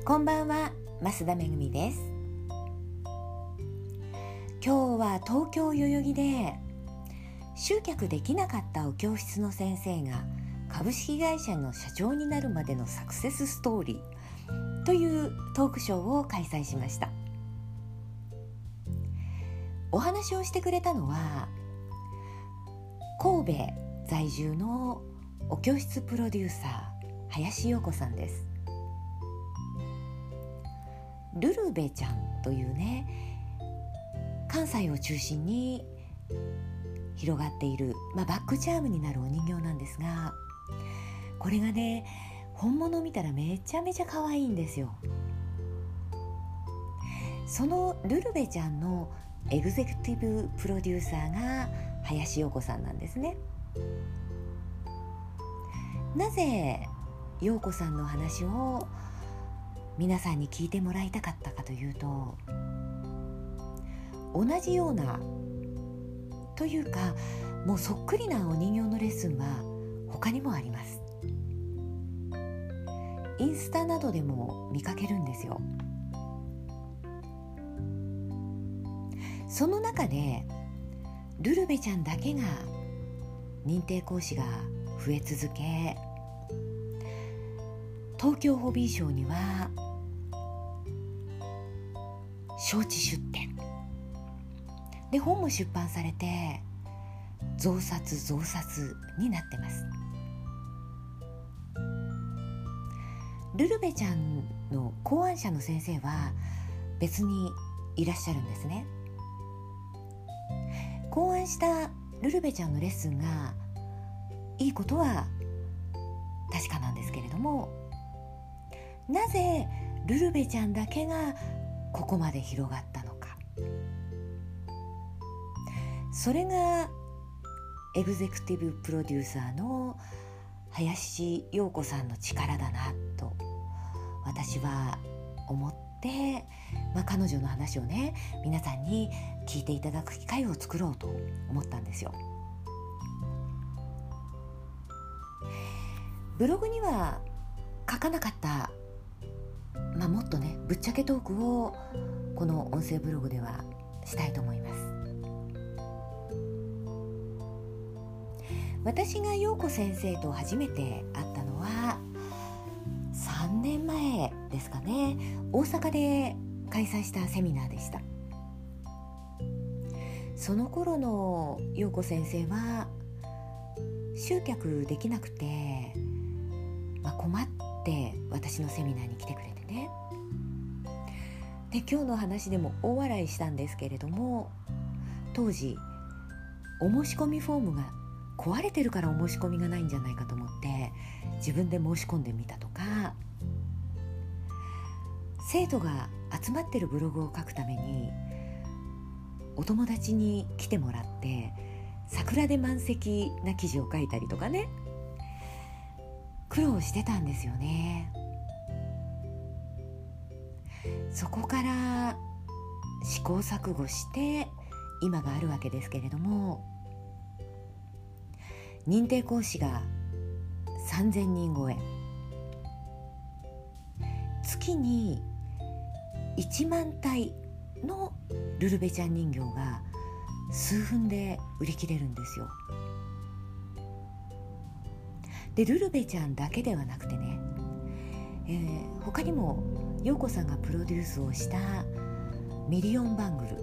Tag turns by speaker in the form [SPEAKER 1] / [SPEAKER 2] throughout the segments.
[SPEAKER 1] こんばんは、増田めぐみです。今日は東京代々木で集客できなかったお教室の先生が株式会社の社長になるまでのサクセスストーリーというトークショーを開催しました。お話をしてくれたのは神戸在住のお教室プロデューサー林陽子さんです。ルルベちゃんというね、関西を中心に広がっている、バックチャームになるお人形なんですが、これがね、本物見たらめちゃめちゃ可愛いんですよ。そのルルベちゃんのエグゼクティブプロデューサーが林陽子さんなんですね。なぜ陽子さんの話を皆さんに聞いてもらいたかったかというと、同じようなというか、もうそっくりなお人形のレッスンは他にもあります。インスタなどでも見かけるんですよ。その中でルルベちゃんだけが認定講師が増え続け、東京ホビーショーには招致出展で本も出版されて増刷になってます。ルルベちゃんの考案者の先生は別にいらっしゃるんですね。考案したルルベちゃんのレッスンがいいことは確かなんですけれども、なぜルルベちゃんだけがここまで広がったのか、それがエグゼクティブプロデューサーの林陽子さんの力だなと私は思って、彼女の話をね、皆さんに聞いていただく機会を作ろうと思ったんですよ。ブログには書かなかった、もっとね、ぶっちゃけトークをこの音声ブログではしたいと思います。私が陽子先生と初めて会ったのは3年前ですかね。大阪で開催したセミナーでした。その頃の陽子先生は集客できなくて、困って私のセミナーに来てくれてね。で、今日の話でも大笑いしたんですけれども、当時お申し込みフォームが壊れてるからお申し込みがないんじゃないかと思って自分で申し込んでみたとか、生徒が集まってるブログを書くためにお友達に来てもらって桜で満席な記事を書いたりとかね、苦労してたんですよね。そこから試行錯誤して今があるわけですけれども、認定講師が3000人超え、月に1万体のルルベちゃん人形が数分で売り切れるんですよ。で、ルルベちゃんだけではなくてね、他にも陽子さんがプロデュースをしたミリオンバングル、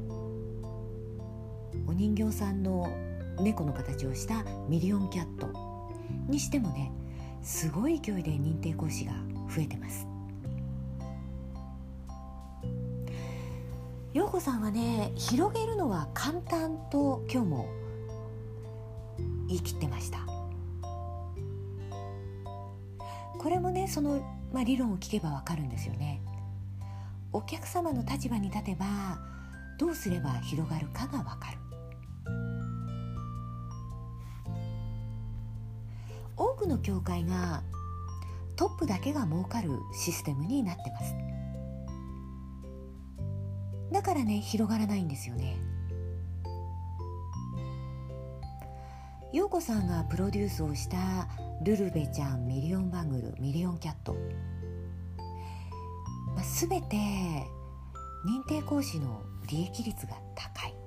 [SPEAKER 1] お人形さんの猫の形をしたミリオンキャットにしてもね、すごい勢いで認定講師が増えてます。陽子さんはね、広げるのは簡単と今日も言い切ってました。これもね、その、理論を聞けばわかるんですよね。お客様の立場に立てばどうすれば広がるかがわかる。多くの教会がトップだけが儲かるシステムになってます。だからね、広がらないんですよね。陽子さんがプロデュースをしたルルベちゃん、ミリオンバングル、ミリオンキャット、 全て認定講師の利益率が高い。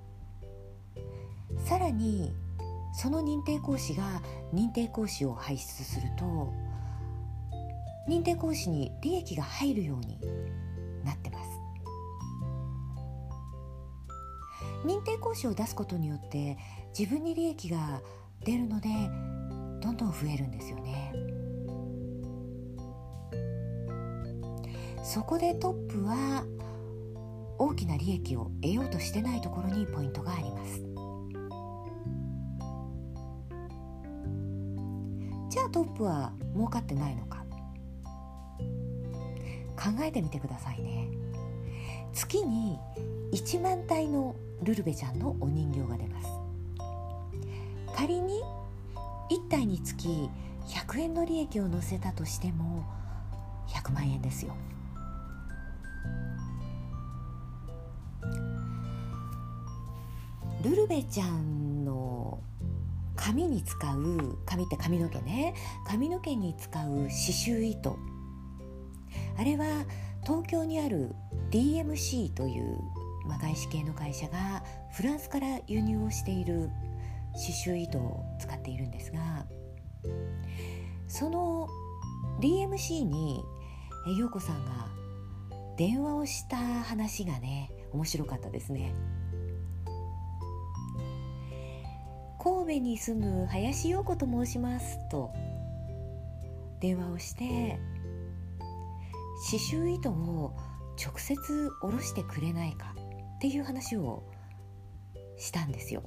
[SPEAKER 1] さらにその認定講師が認定講師を輩出すると、認定講師に利益が入るようになってます。認定講師を出すことによって自分に利益が出るのでどんどん増えるんですよね。そこでトップは大きな利益を得ようとしてないところにポイントがあります。じゃあトップは儲かってないのか、考えてみてくださいね。月に1万体のルルベちゃんのお人形が出ます。仮に1体につき100円の利益を乗せたとしても100万円ですよ。ルルベちゃんの髪に使う、髪って髪の毛ね、髪の毛に使う刺繍糸、あれは東京にある DMC という、外資系の会社がフランスから輸入をしている刺繍糸を使っているんですが、その DMC に陽子さんが電話をした話がね、面白かったですね。神戸に住む林陽子と申しますと電話をして、刺繍糸を直接下ろしてくれないかっていう話をしたんですよ。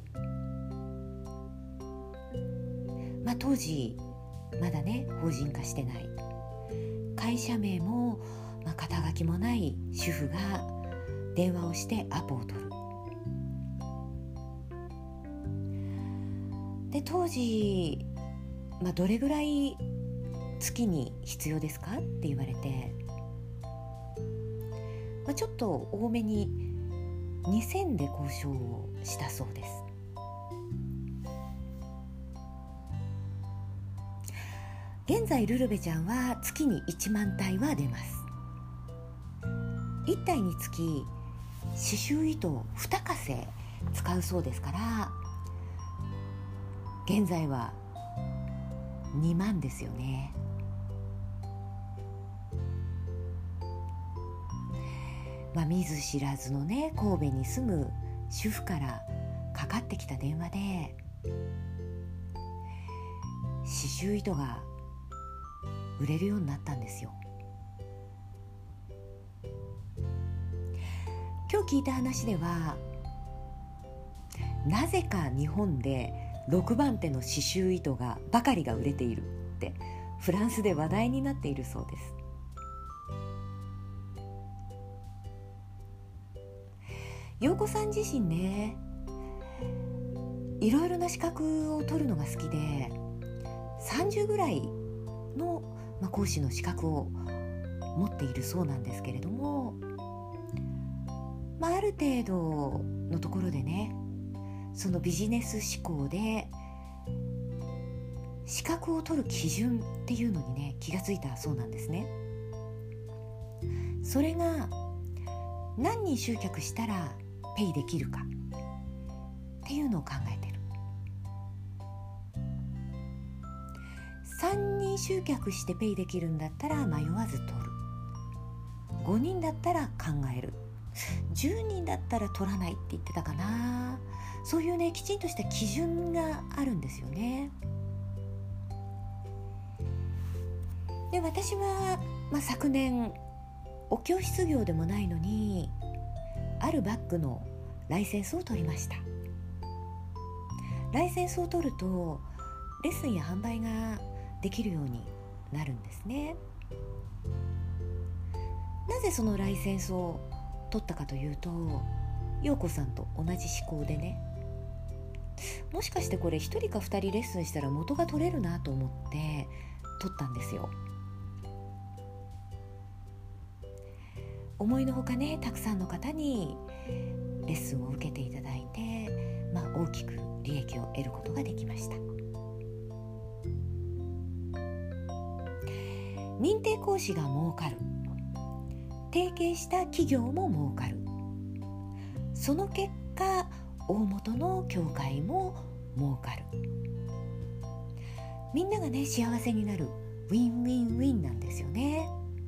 [SPEAKER 1] 当時まだね、法人化してない、会社名も、肩書きもない主婦が電話をしてアポを取る。で当時、どれぐらい月に必要ですかって言われて、ちょっと多めに2000で交渉をしたそうです。現在ルルベちゃんは月に1万体は出ます。1体につき刺繍糸を2かせ使うそうですから、現在は2万ですよね。見ず知らずのね、神戸に住む主婦からかかってきた電話で、刺繍糸が売れるようになったんですよ。今日聞いた話では、なぜか日本で6番手の刺繍糸がばかりが売れているってフランスで話題になっているそうです。陽子さん自身ね、いろいろな資格を取るのが好きで、30ぐらいの、講師の資格を持っているそうなんですけれども、ある程度のところでね、そのビジネス志向で資格を取る基準っていうのにね、気がついたそうなんですね。それが何人集客したらペイできるかっていうのを考えてる。3人集客してペイできるんだったら迷わず取る。5人だったら考える。10人だったら取らないって言ってたかな。そういうね、きちんとした基準があるんですよね。で私は、昨年お教室業でもないのにあるバッグのライセンスを取りました。ライセンスを取るとレッスンや販売ができるようになるんですね。なぜそのライセンスを取ったかというと、陽子さんと同じ思考でね、もしかしてこれ1人か2人レッスンしたら元が取れるなと思って取ったんですよ。思いのほかね、たくさんの方にレッスンを受けていただいて、大きく利益を得ることができました。認定講師が儲かる。 提携した企業も儲かる。その結果大元の教会も儲かる。みんながね幸せになるウィンウィンウィンなんですよね。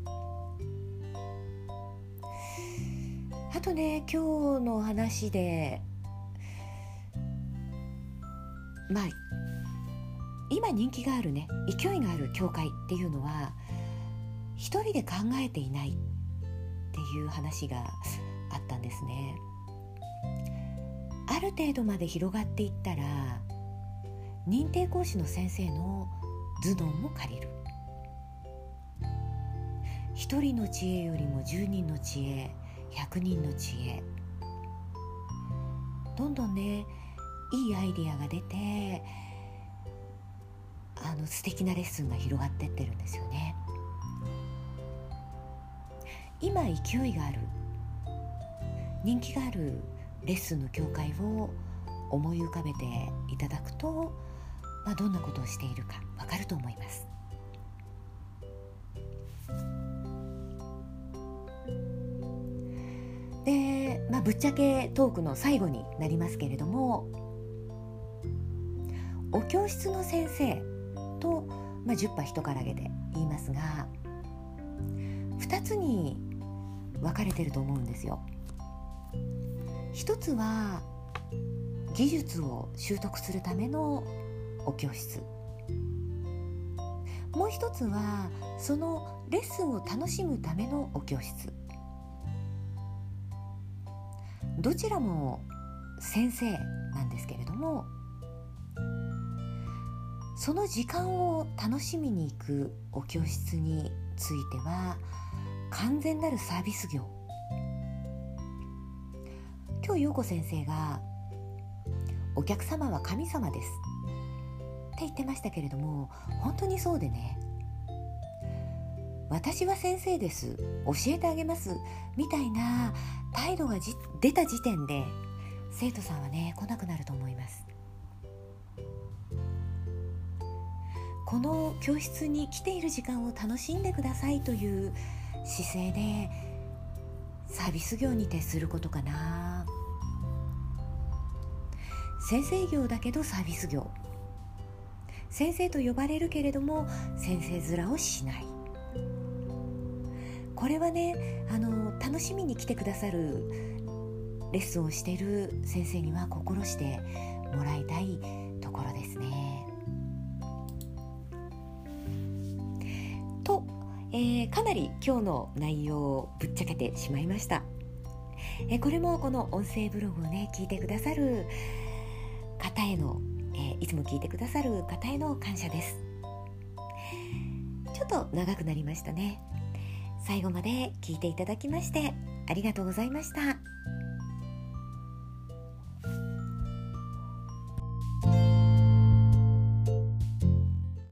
[SPEAKER 1] あとね、今日の話で今人気があるね、勢いがある教会っていうのは一人で考えていないっていう話があったんですね。ある程度まで広がっていったら認定講師の先生の頭脳も借りる。一人の知恵よりも10人の知恵、100人の知恵、どんどんねいいアイディアが出て素敵なレッスンが広がってってるんですよね。今勢いがある、人気があるレッスンの教会を思い浮かべていただくと、どんなことをしているかわかると思います。で、ぶっちゃけトークの最後になりますけれども、お教室の先生と、10羽人からげで言いますが、2つに分かれてると思うんですよ。一つは技術を習得するためのお教室、もう一つはそのレッスンを楽しむためのお教室。どちらも先生なんですけれども、その時間を楽しみに行くお教室については完全なるサービス業。今日陽子先生がお客様は神様ですって言ってましたけれども、本当にそうでね、私は先生です、教えてあげますみたいな態度が出た時点で生徒さんはね来なくなると思います。この教室に来ている時間を楽しんでくださいという姿勢でサービス業に徹することかな。先生業だけどサービス業、先生と呼ばれるけれども先生面をしない。これはね楽しみに来てくださるレッスンをしている先生には心してもらいたいところですね。と、かなり今日の内容をぶっちゃけてしまいました。これもこの音声ブログをね聞いてくださる方への、いつも聞いてくださる方への感謝です。ちょっと長くなりましたね。最後まで聞いていただきましてありがとうございました。